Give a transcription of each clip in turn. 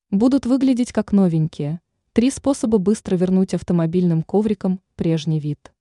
Будут выглядеть как новенькие. 3 способа быстро вернуть автомобильным коврикам прежний вид.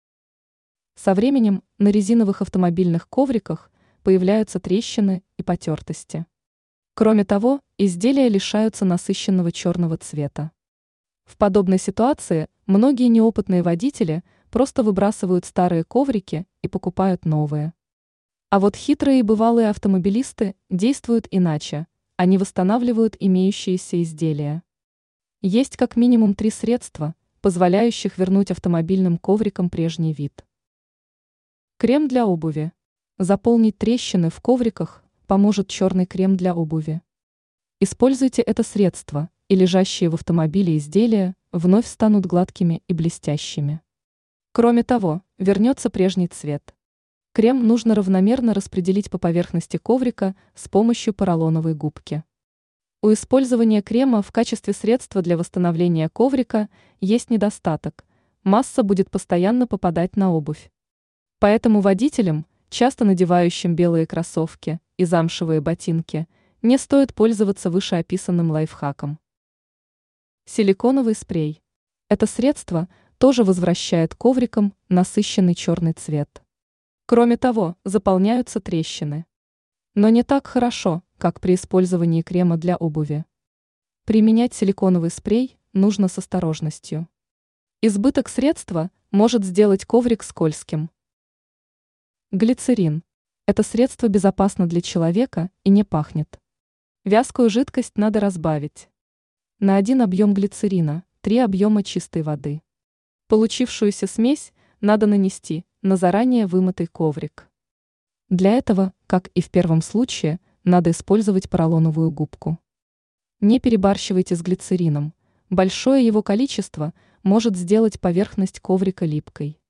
Со временем на резиновых автомобильных ковриках появляются трещины и потертости. Кроме того, изделия лишаются насыщенного черного цвета. В подобной ситуации многие неопытные водители просто выбрасывают старые коврики и покупают новые. А вот хитрые и бывалые автомобилисты действуют иначе, они восстанавливают имеющиеся изделия. Есть как минимум 3 средства, позволяющих вернуть автомобильным коврикам прежний вид. Крем для обуви. Заполнить трещины в ковриках поможет черный крем для обуви. Используйте это средство, и лежащие в автомобиле изделия вновь станут гладкими и блестящими. Кроме того, вернется прежний цвет. Крем нужно равномерно распределить по поверхности коврика с помощью поролоновой губки. У использования крема в качестве средства для восстановления коврика есть недостаток – масса будет постоянно попадать на обувь. Поэтому водителям, часто надевающим белые кроссовки и замшевые ботинки, не стоит пользоваться вышеописанным лайфхаком. Силиконовый спрей. Это средство тоже возвращает коврикам насыщенный черный цвет. Кроме того, заполняются трещины. Но не так хорошо, как при использовании крема для обуви. Применять силиконовый спрей нужно с осторожностью. Избыток средства может сделать коврик скользким. Глицерин. Это средство безопасно для человека и не пахнет. Вязкую жидкость надо разбавить. На 1 объем глицерина 3 объема чистой воды. Получившуюся смесь надо нанести на заранее вымытый коврик. Для этого, как и в первом случае, надо использовать поролоновую губку. Не перебарщивайте с глицерином. Большое его количество может сделать поверхность коврика липкой.